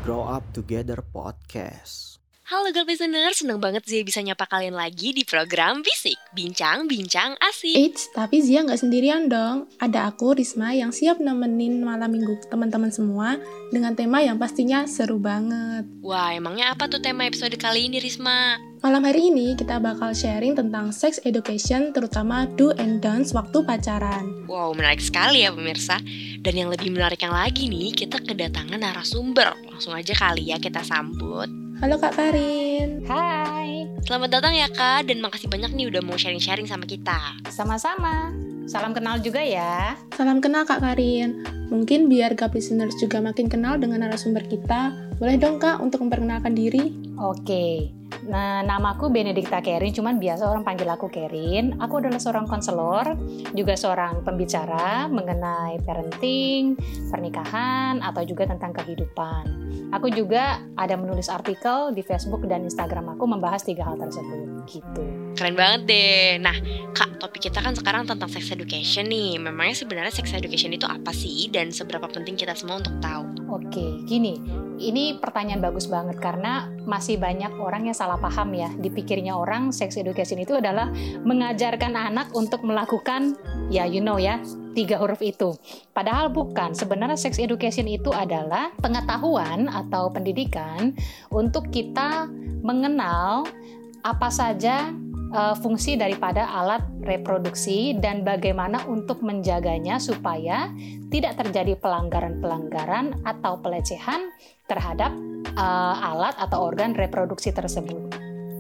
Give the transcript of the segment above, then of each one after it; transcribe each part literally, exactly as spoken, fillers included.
Grow Up Together Podcast. Halo girl listener, seneng banget Zia bisa nyapa kalian lagi di program Bisik, Bincang-Bincang Asik. Eits, tapi Zia nggak sendirian dong. Ada aku, Risma, yang siap nemenin malam minggu teman-teman semua dengan tema yang pastinya seru banget. Wah, emangnya apa tuh tema episode kali ini, Risma? Malam hari ini kita bakal sharing tentang sex education, terutama do and don'ts waktu pacaran. Wow, menarik sekali ya pemirsa. Dan yang lebih menarik yang lagi nih, kita kedatangan narasumber. Langsung aja kali ya kita sambut. Halo Kak Karin. Hai. Selamat datang ya Kak, dan makasih banyak nih udah mau sharing-sharing sama kita. Sama-sama. Salam kenal juga ya. Salam kenal Kak Karin. Mungkin biar Gap Listeners juga makin kenal dengan narasumber kita, boleh dong Kak untuk memperkenalkan diri? Oke. Nah, namaku Benedikta Kerin, cuman biasa orang panggil aku Kerin. Aku adalah seorang konselor, juga seorang pembicara mengenai parenting, pernikahan, atau juga tentang kehidupan. Aku juga ada menulis artikel di Facebook dan Instagram aku membahas tiga hal tersebut, gitu. Keren banget deh. Nah, Kak, topik kita kan sekarang tentang sex education nih. Memangnya sebenarnya sex education itu apa sih? Dan seberapa penting kita semua untuk tahu? Oke, gini. Ini pertanyaan bagus banget karena masih banyak orang yang salah paham ya. Dipikirnya orang sex education itu adalah mengajarkan anak untuk melakukan, ya you know ya, tiga huruf itu. Padahal bukan. Sebenarnya sex education itu adalah pengetahuan atau pendidikan untuk kita mengenal apa saja uh, fungsi daripada alat reproduksi dan bagaimana untuk menjaganya supaya tidak terjadi pelanggaran-pelanggaran atau pelecehan terhadap uh, alat atau organ reproduksi tersebut.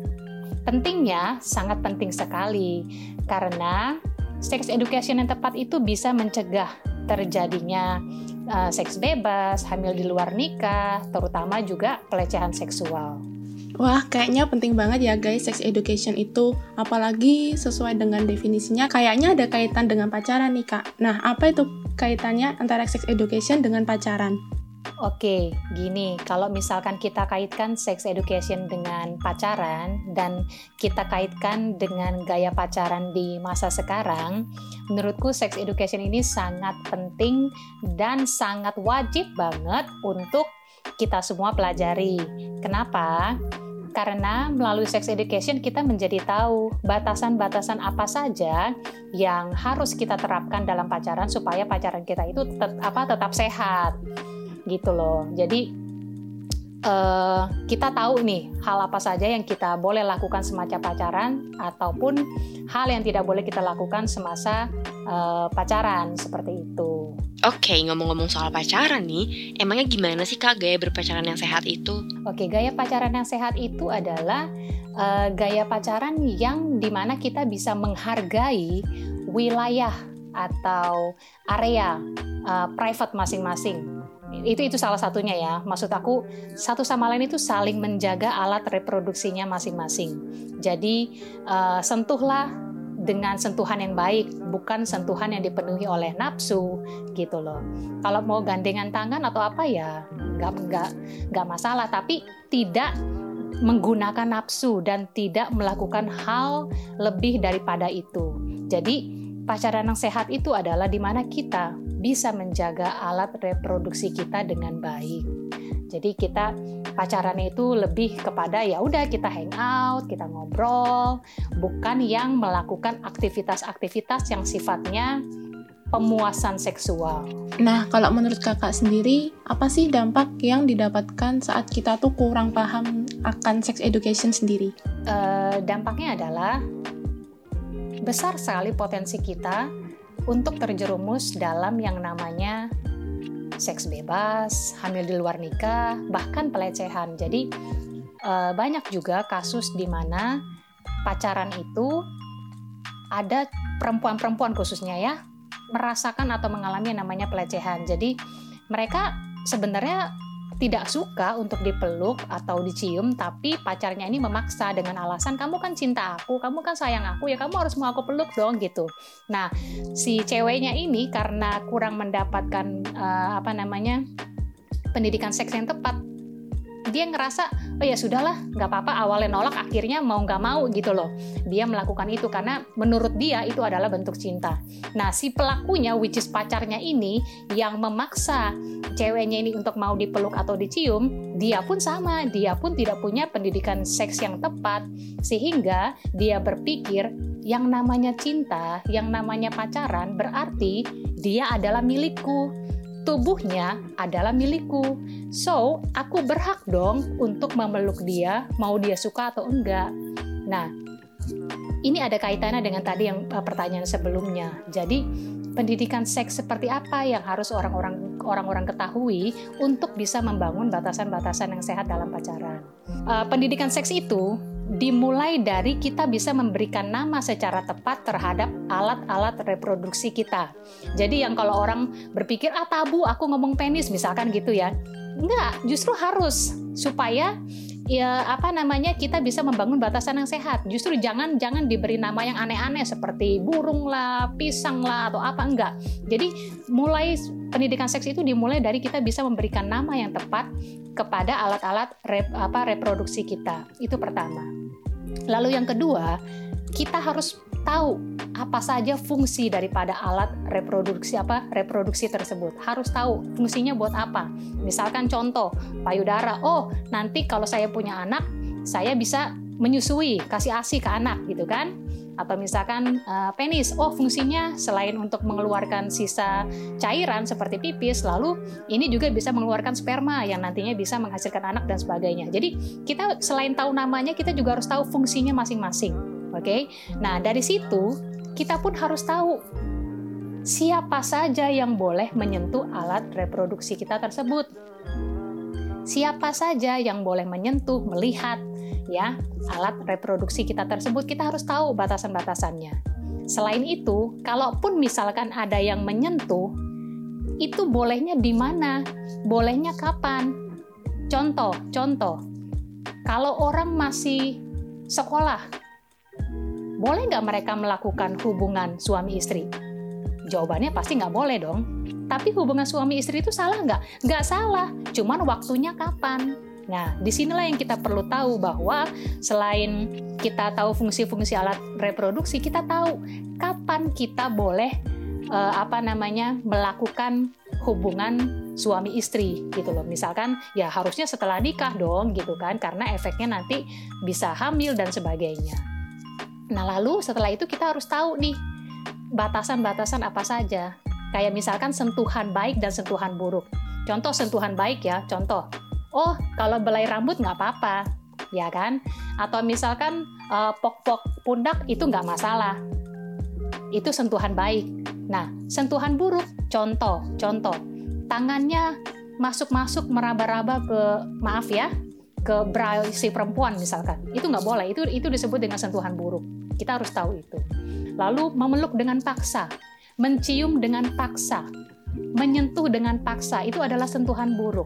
Pentingnya, sangat penting sekali karena sex education yang tepat itu bisa mencegah terjadinya uh, seks bebas, hamil di luar nikah, terutama juga pelecehan seksual. Wah, kayaknya penting banget ya guys sex education itu. Apalagi sesuai dengan definisinya, kayaknya ada kaitan dengan pacaran nih Kak. Nah, apa itu kaitannya antara sex education dengan pacaran? Oke, gini, kalau misalkan kita kaitkan sex education dengan pacaran dan kita kaitkan dengan gaya pacaran di masa sekarang, menurutku sex education ini sangat penting dan sangat wajib banget untuk kita semua pelajari. Kenapa? Karena melalui sex education kita menjadi tahu batasan-batasan apa saja yang harus kita terapkan dalam pacaran supaya pacaran kita itu tetap apa tetap sehat. Gitu loh. Jadi uh, kita tahu nih hal apa saja yang kita boleh lakukan semasa pacaran ataupun hal yang tidak boleh kita lakukan semasa uh, pacaran seperti itu. Oke, ngomong-ngomong soal pacaran nih, emangnya gimana sih Kak gaya berpacaran yang sehat itu? Oke, gaya pacaran yang sehat itu adalah uh, gaya pacaran yang dimana kita bisa menghargai wilayah atau area uh, private masing-masing. Itu itu salah satunya ya. Maksud aku satu sama lain itu saling menjaga alat reproduksinya masing-masing. Jadi uh, sentuhlah dengan sentuhan yang baik, bukan sentuhan yang dipenuhi oleh nafsu gitu loh. Kalau mau gandengan tangan atau apa ya nggak nggak nggak masalah, tapi tidak menggunakan nafsu dan tidak melakukan hal lebih daripada itu. Jadi pacaran yang sehat itu adalah di mana kita bisa menjaga alat reproduksi kita dengan baik. Jadi kita pacarannya itu lebih kepada ya udah kita hang out, kita ngobrol, bukan yang melakukan aktivitas-aktivitas yang sifatnya pemuasan seksual. Nah, kalau menurut kakak sendiri, apa sih dampak yang didapatkan saat kita tuh kurang paham akan sex education sendiri? Uh, dampaknya adalah besar sekali potensi kita untuk terjerumus dalam yang namanya seks bebas, hamil di luar nikah, bahkan pelecehan. Jadi eh, banyak juga kasus di mana pacaran itu ada perempuan-perempuan khususnya ya merasakan atau mengalami yang namanya pelecehan. Jadi mereka sebenarnya tidak suka untuk dipeluk atau dicium, tapi pacarnya ini memaksa dengan alasan kamu kan cinta aku, kamu kan sayang aku, ya kamu harus mau aku peluk dong gitu. Nah, si ceweknya ini karena kurang mendapatkan uh, apa namanya pendidikan seks yang tepat, dia ngerasa, oh ya sudahlah, nggak apa-apa, awalnya nolak, akhirnya mau nggak mau gitu loh. Dia melakukan itu karena menurut dia itu adalah bentuk cinta. Nah, si pelakunya, which is pacarnya ini, yang memaksa ceweknya ini untuk mau dipeluk atau dicium, dia pun sama, dia pun tidak punya pendidikan seks yang tepat, sehingga dia berpikir yang namanya cinta, yang namanya pacaran, berarti dia adalah milikku. Tubuhnya adalah milikku. So, aku berhak dong untuk memeluk dia, mau dia suka atau enggak. Nah, ini ada kaitannya dengan tadi yang uh, pertanyaan sebelumnya. Jadi, pendidikan seks seperti apa yang harus orang-orang orang-orang ketahui untuk bisa membangun batasan-batasan yang sehat dalam pacaran. Uh, pendidikan seks itu dimulai dari kita bisa memberikan nama secara tepat terhadap alat-alat reproduksi kita. Jadi yang kalau orang berpikir, ah tabu aku ngomong penis misalkan gitu ya. Enggak, justru harus supaya ya apa namanya kita bisa membangun batasan yang sehat. Justru jangan jangan diberi nama yang aneh-aneh seperti burung lah, pisang lah atau apa, enggak. Jadi mulai pendidikan seks itu dimulai dari kita bisa memberikan nama yang tepat kepada alat-alat rep, apa reproduksi kita. Itu pertama. Lalu yang kedua, kita harus tahu apa saja fungsi daripada alat reproduksi apa reproduksi tersebut. Harus tahu fungsinya buat apa. Misalkan contoh, payudara. Oh, nanti kalau saya punya anak, saya bisa menyusui, kasih ASI ke anak gitu kan. Atau misalkan uh, penis. Oh, fungsinya selain untuk mengeluarkan sisa cairan seperti pipis, lalu ini juga bisa mengeluarkan sperma yang nantinya bisa menghasilkan anak dan sebagainya. Jadi, kita selain tahu namanya, kita juga harus tahu fungsinya masing-masing. Oke, okay? Nah dari situ kita pun harus tahu siapa saja yang boleh menyentuh alat reproduksi kita tersebut, siapa saja yang boleh menyentuh, melihat ya alat reproduksi kita tersebut. Kita harus tahu batasan-batasannya. Selain itu, kalaupun misalkan ada yang menyentuh, itu bolehnya di mana, bolehnya kapan? Contoh, contoh, kalau orang masih sekolah, boleh nggak mereka melakukan hubungan suami istri? Jawabannya pasti nggak boleh dong. Tapi hubungan suami istri itu salah nggak? Nggak salah, cuman waktunya kapan? Nah, disinilah yang kita perlu tahu bahwa selain kita tahu fungsi-fungsi alat reproduksi, kita tahu kapan kita boleh eh, apa namanya melakukan hubungan suami istri gitu loh. Misalkan ya harusnya setelah nikah dong gitu kan, karena efeknya nanti bisa hamil dan sebagainya. Nah, lalu setelah itu kita harus tahu nih batasan-batasan apa saja. Kayak misalkan sentuhan baik dan sentuhan buruk. Contoh sentuhan baik ya, contoh. Oh, kalau belai rambut nggak apa-apa, ya kan? Atau misalkan uh, pok-pok pundak itu nggak masalah. Itu sentuhan baik. Nah, sentuhan buruk, contoh, contoh. Tangannya masuk-masuk meraba-raba ke, maaf ya, ke bra si perempuan misalkan. Itu nggak boleh, itu itu disebut dengan sentuhan buruk. Kita harus tahu itu. Lalu memeluk dengan paksa, mencium dengan paksa, menyentuh dengan paksa, itu adalah sentuhan buruk.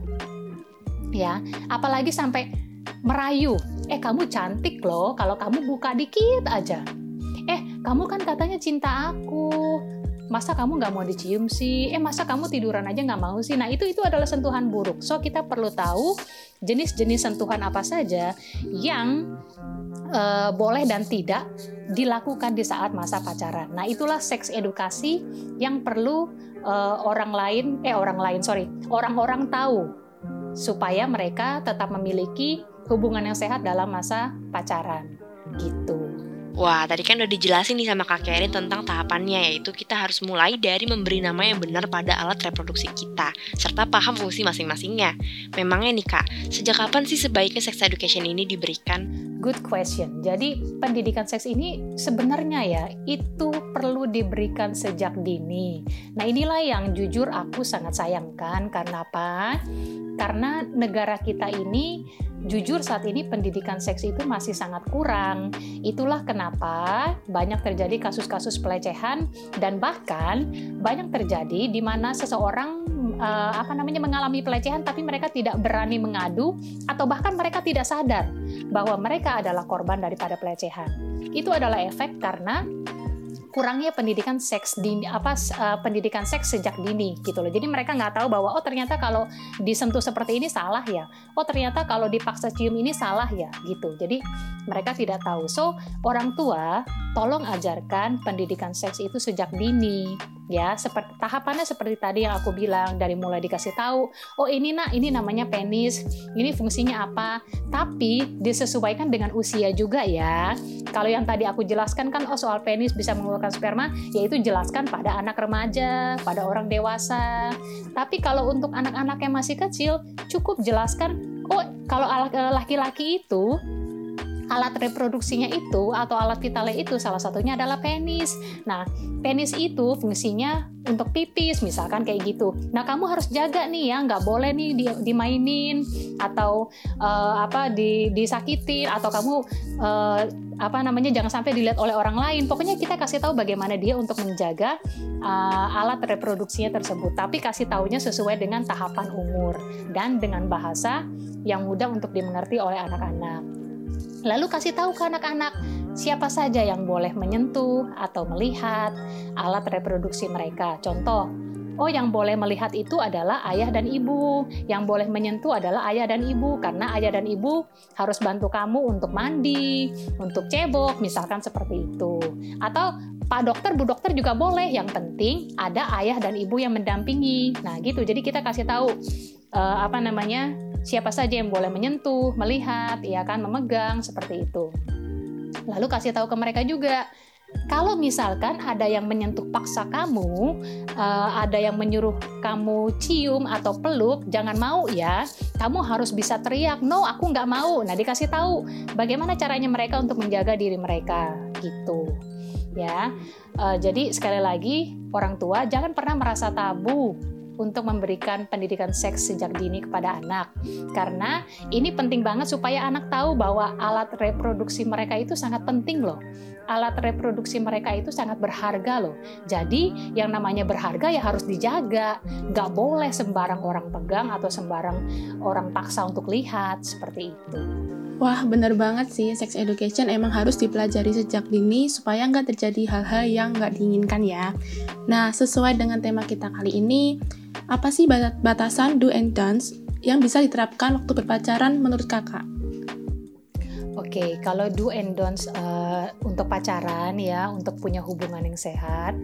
Ya, apalagi sampai merayu. Eh, kamu cantik loh, kalau kamu buka dikit aja. Eh, kamu kan katanya cinta aku. Masa kamu nggak mau dicium sih? Eh, masa kamu tiduran aja nggak mau sih? Nah, itu itu adalah sentuhan buruk. So, kita perlu tahu jenis-jenis sentuhan apa saja yang uh, boleh dan tidak dilakukan di saat masa pacaran. Nah, itulah seks edukasi yang perlu uh, orang lain, eh orang lain, sorry, orang-orang tahu supaya mereka tetap memiliki hubungan yang sehat dalam masa pacaran. Gitu. Wah, tadi kan udah dijelasin nih sama Kak Kerin tentang tahapannya, yaitu kita harus mulai dari memberi nama yang benar pada alat reproduksi kita, serta paham fungsi masing-masingnya. Memangnya nih Kak, sejak kapan sih sebaiknya sex education ini diberikan? Good question. Jadi pendidikan seks ini sebenarnya ya, itu perlu diberikan sejak dini. Nah, inilah yang jujur aku sangat sayangkan. Karena apa? Karena negara kita ini jujur saat ini pendidikan seks itu masih sangat kurang. Itulah kenapa banyak terjadi kasus-kasus pelecehan dan bahkan banyak terjadi di mana seseorang uh, apa namanya mengalami pelecehan tapi mereka tidak berani mengadu atau bahkan mereka tidak sadar bahwa mereka adalah korban daripada pelecehan. Itu adalah efek karena kurangnya pendidikan seks dini apa uh, pendidikan seks sejak dini gitu loh. Jadi mereka nggak tahu bahwa oh ternyata kalau disentuh seperti ini salah ya. Oh ternyata kalau dipaksa cium ini salah ya gitu. Jadi mereka tidak tahu. So orang tua tolong ajarkan pendidikan seks itu sejak dini ya. Seperti tahapannya seperti tadi yang aku bilang, dari mulai dikasih tahu, oh ini nak ini namanya penis, ini fungsinya apa. Tapi disesuaikan dengan usia juga ya. Kalau yang tadi aku jelaskan kan oh soal penis bisa mengeluarkan sperma, yaitu jelaskan pada anak remaja, pada orang dewasa. Tapi kalau untuk anak-anak yang masih kecil, cukup jelaskan, oh kalau laki-laki itu alat reproduksinya itu atau alat vitalnya itu salah satunya adalah penis. Nah, penis itu fungsinya untuk pipis, misalkan kayak gitu. Nah, kamu harus jaga nih ya, nggak boleh nih di, dimainin atau uh, apa di, disakitin atau kamu uh, apa namanya jangan sampai dilihat oleh orang lain. Pokoknya kita kasih tahu bagaimana dia untuk menjaga uh, alat reproduksinya tersebut. Tapi kasih taunya sesuai dengan tahapan umur dan dengan bahasa yang mudah untuk dimengerti oleh anak-anak. Lalu kasih tahu ke anak-anak siapa saja yang boleh menyentuh atau melihat alat reproduksi mereka. Contoh, oh yang boleh melihat itu adalah ayah dan ibu. Yang boleh menyentuh adalah ayah dan ibu, karena ayah dan ibu harus bantu kamu untuk mandi, untuk cebok, misalkan seperti itu. Atau Pak dokter, Bu dokter juga boleh, yang penting ada ayah dan ibu yang mendampingi. Nah gitu, jadi kita kasih tahu uh, apa namanya siapa saja yang boleh menyentuh, melihat, ya kan, memegang, seperti itu. Lalu kasih tahu ke mereka juga, kalau misalkan ada yang menyentuh paksa kamu, uh, ada yang menyuruh kamu cium atau peluk, jangan mau ya. Kamu harus bisa teriak, no aku nggak mau. Nah dikasih tahu bagaimana caranya mereka untuk menjaga diri mereka, gitu. Ya, uh, jadi sekali lagi orang tua jangan pernah merasa tabu untuk memberikan pendidikan seks sejak dini kepada anak. Karena ini penting banget supaya anak tahu bahwa alat reproduksi mereka itu sangat penting loh. Alat reproduksi mereka itu sangat berharga loh. Jadi yang namanya berharga ya harus dijaga. Nggak boleh sembarang orang pegang atau sembarang orang paksa untuk lihat, seperti itu. Wah, bener banget sih, sex education emang harus dipelajari sejak dini supaya nggak terjadi hal-hal yang nggak diinginkan ya. Nah, sesuai dengan tema kita kali ini, apa sih batasan do and don'ts yang bisa diterapkan waktu berpacaran menurut kakak? Oke, kalau do and don'ts uh, untuk pacaran ya, untuk punya hubungan yang sehat,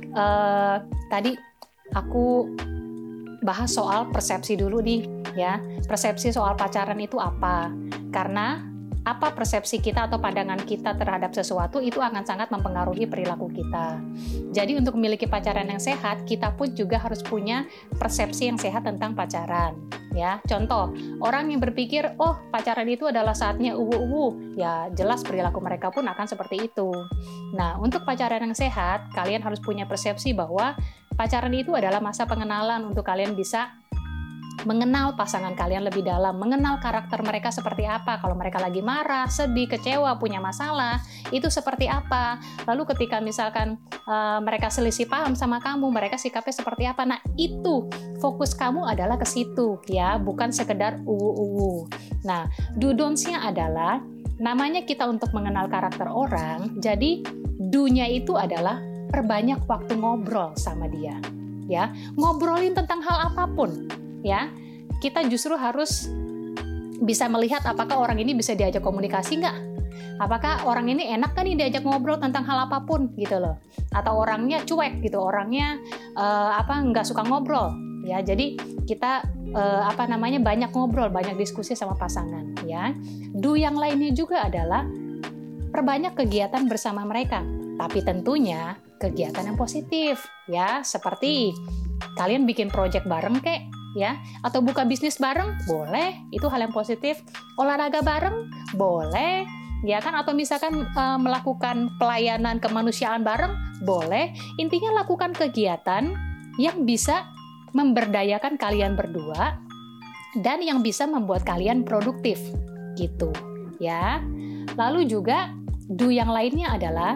uh, tadi aku bahas soal persepsi dulu nih ya. Persepsi soal pacaran itu apa? Karena apa persepsi kita atau pandangan kita terhadap sesuatu itu akan sangat mempengaruhi perilaku kita. Jadi untuk memiliki pacaran yang sehat, kita pun juga harus punya persepsi yang sehat tentang pacaran. Ya, contoh, orang yang berpikir, oh pacaran itu adalah saatnya uwu-uwu, ya jelas perilaku mereka pun akan seperti itu. Nah, untuk pacaran yang sehat, kalian harus punya persepsi bahwa pacaran itu adalah masa pengenalan untuk kalian bisa mengenal pasangan kalian lebih dalam, mengenal karakter mereka seperti apa, kalau mereka lagi marah, sedih, kecewa, punya masalah, itu seperti apa. Lalu ketika misalkan uh, mereka selisih paham sama kamu, mereka sikapnya seperti apa. Nah, itu fokus kamu adalah ke situ ya, bukan sekedar uwu-uwu. Nah, do don'ts-nya adalah namanya kita untuk mengenal karakter orang, jadi do-nya itu adalah perbanyak waktu ngobrol sama dia. Ya, ngobrolin tentang hal apapun. Ya, kita justru harus bisa melihat apakah orang ini bisa diajak komunikasi nggak? Apakah orang ini enak kan nih diajak ngobrol tentang hal apapun gitu loh? Atau orangnya cuek gitu, orangnya uh, apa nggak suka ngobrol? Ya, jadi kita uh, apa namanya banyak ngobrol, banyak diskusi sama pasangan. Ya, do yang lainnya juga adalah perbanyak kegiatan bersama mereka, tapi tentunya kegiatan yang positif. Ya, seperti kalian bikin project bareng kek. Ya, atau buka bisnis bareng, boleh, itu hal yang positif. Olahraga bareng, boleh, ya kan? Atau misalkan e, melakukan pelayanan kemanusiaan bareng, boleh. Intinya lakukan kegiatan yang bisa memberdayakan kalian berdua dan yang bisa membuat kalian produktif, gitu, ya. Lalu juga do yang lainnya adalah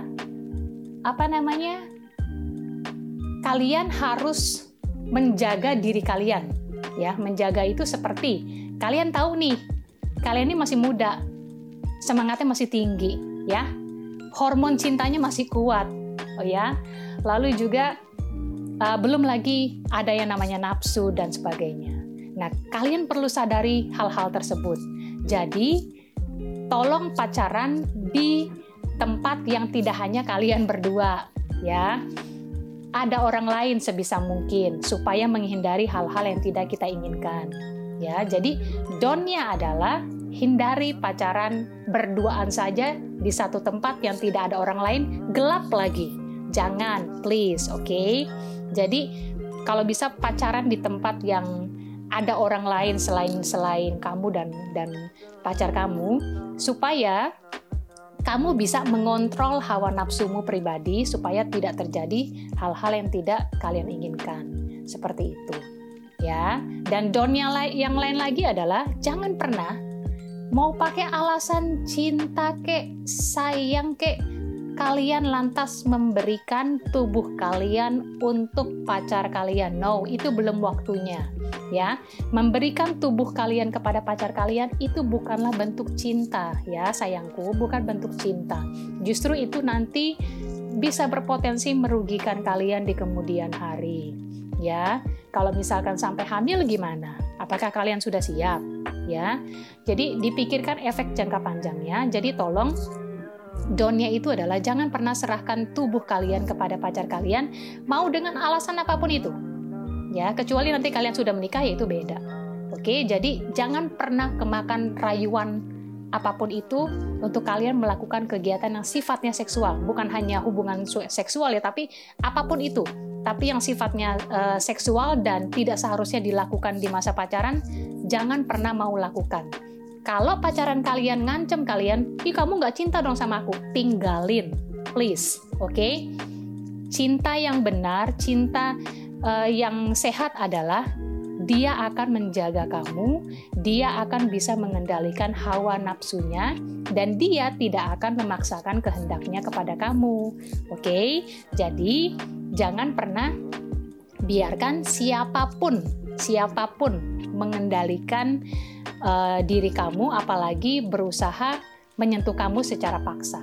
apa namanya? Kalian harus menjaga diri kalian. Ya, menjaga itu seperti kalian tahu nih, kalian ini masih muda, semangatnya masih tinggi, ya, hormon cintanya masih kuat, oh ya. Lalu juga uh, belum lagi ada yang namanya nafsu dan sebagainya. Nah, kalian perlu sadari hal-hal tersebut. Jadi, tolong pacaran di tempat yang tidak hanya kalian berdua, ya. Ada orang lain sebisa mungkin supaya menghindari hal-hal yang tidak kita inginkan. Ya, jadi don'nya adalah hindari pacaran berduaan saja di satu tempat yang tidak ada orang lain, gelap lagi. Jangan, please, oke? Okay? Jadi kalau bisa pacaran di tempat yang ada orang lain selain selain kamu dan dan pacar kamu, supaya kamu bisa mengontrol hawa nafsumu pribadi supaya tidak terjadi hal-hal yang tidak kalian inginkan. Seperti itu. Ya. Dan don'nya yang lain lagi adalah jangan pernah mau pakai alasan cinta kek, sayang kek, kalian lantas memberikan tubuh kalian untuk pacar kalian. No, itu belum waktunya. Ya, memberikan tubuh kalian kepada pacar kalian itu bukanlah bentuk cinta, ya sayangku, bukan bentuk cinta. Justru itu nanti bisa berpotensi merugikan kalian di kemudian hari. Ya, kalau misalkan sampai hamil gimana? Apakah kalian sudah siap? Ya, jadi dipikirkan efek jangka panjangnya. Jadi tolong don'nya itu adalah jangan pernah serahkan tubuh kalian kepada pacar kalian, mau dengan alasan apapun itu. Ya, kecuali nanti kalian sudah menikah, ya itu beda. Oke, jadi jangan pernah kemakan rayuan apapun itu untuk kalian melakukan kegiatan yang sifatnya seksual. Bukan hanya hubungan seksual ya, tapi apapun itu. Tapi yang sifatnya uh, seksual dan tidak seharusnya dilakukan di masa pacaran, jangan pernah mau lakukan. Kalau pacaran kalian ngancem kalian, ih kamu nggak cinta dong sama aku, tinggalin, please, oke? Okay? Cinta yang benar, cinta uh, yang sehat adalah dia akan menjaga kamu, dia akan bisa mengendalikan hawa nafsunya, dan dia tidak akan memaksakan kehendaknya kepada kamu, oke? Okay? Jadi jangan pernah biarkan siapapun, siapapun mengendalikan uh, diri kamu, apalagi berusaha menyentuh kamu secara paksa.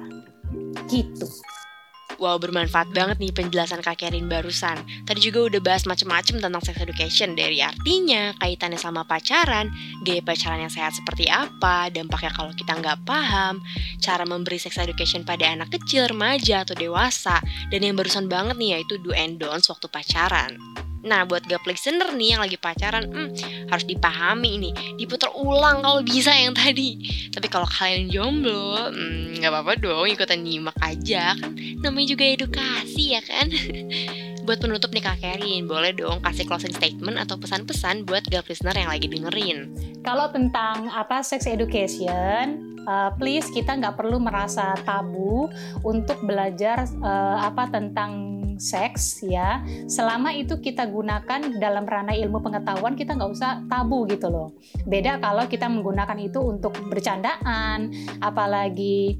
Gitu. Wow, bermanfaat banget nih penjelasan Kak Kerin barusan. Tadi juga udah bahas macem-macem tentang sex education, dari artinya, kaitannya sama pacaran, gaya pacaran yang sehat seperti apa, dampaknya kalau kita nggak paham, cara memberi sex education pada anak kecil, remaja, atau dewasa, dan yang barusan banget nih yaitu do and don'ts waktu pacaran. Nah, buat gap listener nih yang lagi pacaran, hmm, harus dipahami nih, diputar ulang kalau bisa yang tadi. Tapi kalau kalian jomblo, hmm, gak apa-apa dong, ikutan nyimak aja, kan namanya juga edukasi ya kan. Buat penutup nih Kak Kerin, boleh dong kasih closing statement atau pesan-pesan buat gap listener yang lagi dengerin. Kalau tentang apa sex education, uh, please kita nggak perlu merasa tabu untuk belajar uh, apa tentang seks ya, selama itu kita gunakan dalam ranah ilmu pengetahuan, kita nggak usah tabu gitu loh. Beda kalau kita menggunakan itu untuk bercandaan, apalagi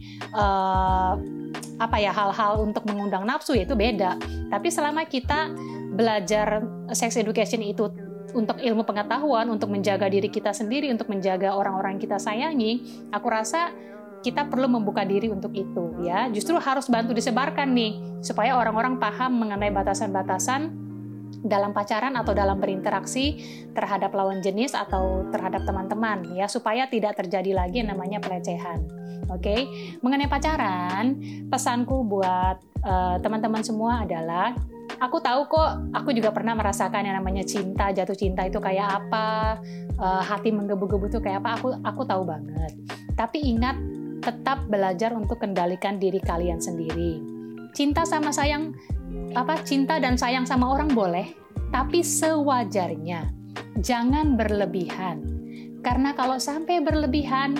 uh, apa ya hal-hal untuk mengundang nafsu, ya itu beda. Tapi selama kita belajar sex education itu untuk ilmu pengetahuan, untuk menjaga diri kita sendiri, untuk menjaga orang-orang yang kita sayangi, aku rasa kita perlu membuka diri untuk itu ya. Justru harus bantu disebarkan nih supaya orang-orang paham mengenai batasan-batasan dalam pacaran atau dalam berinteraksi terhadap lawan jenis atau terhadap teman-teman ya, supaya tidak terjadi lagi yang namanya pelecehan. Oke, okay? Mengenai pacaran, pesanku buat uh, teman-teman semua adalah aku tahu kok, aku juga pernah merasakan yang namanya cinta, jatuh cinta itu kayak apa, uh, hati menggebu-gebu itu kayak apa, aku aku tahu banget. Tapi ingat, tetap belajar untuk kendalikan diri kalian sendiri. Cinta sama sayang, apa cinta dan sayang sama orang boleh, tapi sewajarnya. Jangan berlebihan. Karena kalau sampai berlebihan,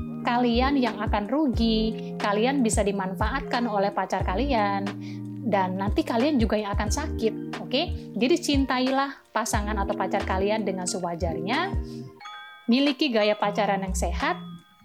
kalian yang akan rugi, kalian bisa dimanfaatkan oleh pacar kalian, dan nanti kalian juga yang akan sakit, oke? Okay? Jadi cintailah pasangan atau pacar kalian dengan sewajarnya, miliki gaya pacaran yang sehat.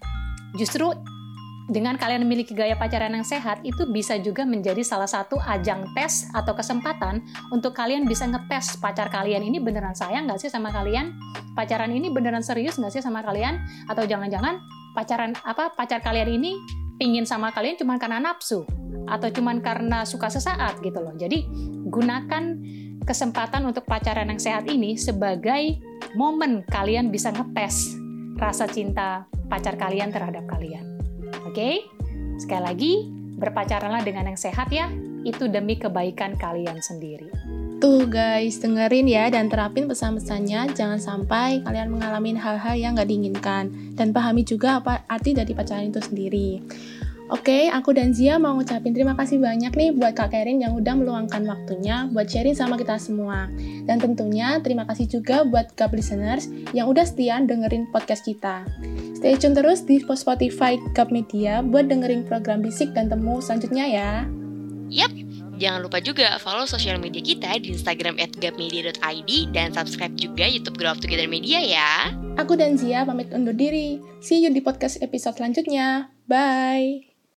Justru dengan kalian memiliki gaya pacaran yang sehat, itu bisa juga menjadi salah satu ajang tes atau kesempatan untuk kalian bisa ngetes pacar kalian ini beneran sayang nggak sih sama kalian? Pacaran ini beneran serius nggak sih sama kalian? Atau jangan-jangan pacaran apa pacar kalian ini pingin sama kalian cuma karena nafsu? atau cuman karena suka sesaat gitu loh. Jadi gunakan kesempatan untuk pacaran yang sehat ini sebagai momen kalian bisa ngetes rasa cinta pacar kalian terhadap kalian. Oke? Sekali lagi, berpacaranlah dengan yang sehat ya. Itu demi kebaikan kalian sendiri. Tuh guys, dengerin ya dan terapin pesan-pesannya. Jangan sampai kalian mengalami hal-hal yang gak diinginkan. Dan pahami juga apa arti dari pacaran itu sendiri. Oke, aku dan Zia mau ngucapin terima kasih banyak nih buat Kak Kerin yang udah meluangkan waktunya buat sharing sama kita semua. Dan tentunya terima kasih juga buat Gap listeners yang udah setia dengerin podcast kita. Stay tune terus di Spotify Gap Media buat dengerin program Bisik dan Temu selanjutnya ya. Yap, jangan lupa juga follow sosial media kita di Instagram at gapmedia dot i d dan subscribe juga YouTube Grow Up Together Media ya. Aku dan Zia pamit undur diri. See you di podcast episode selanjutnya. Bye!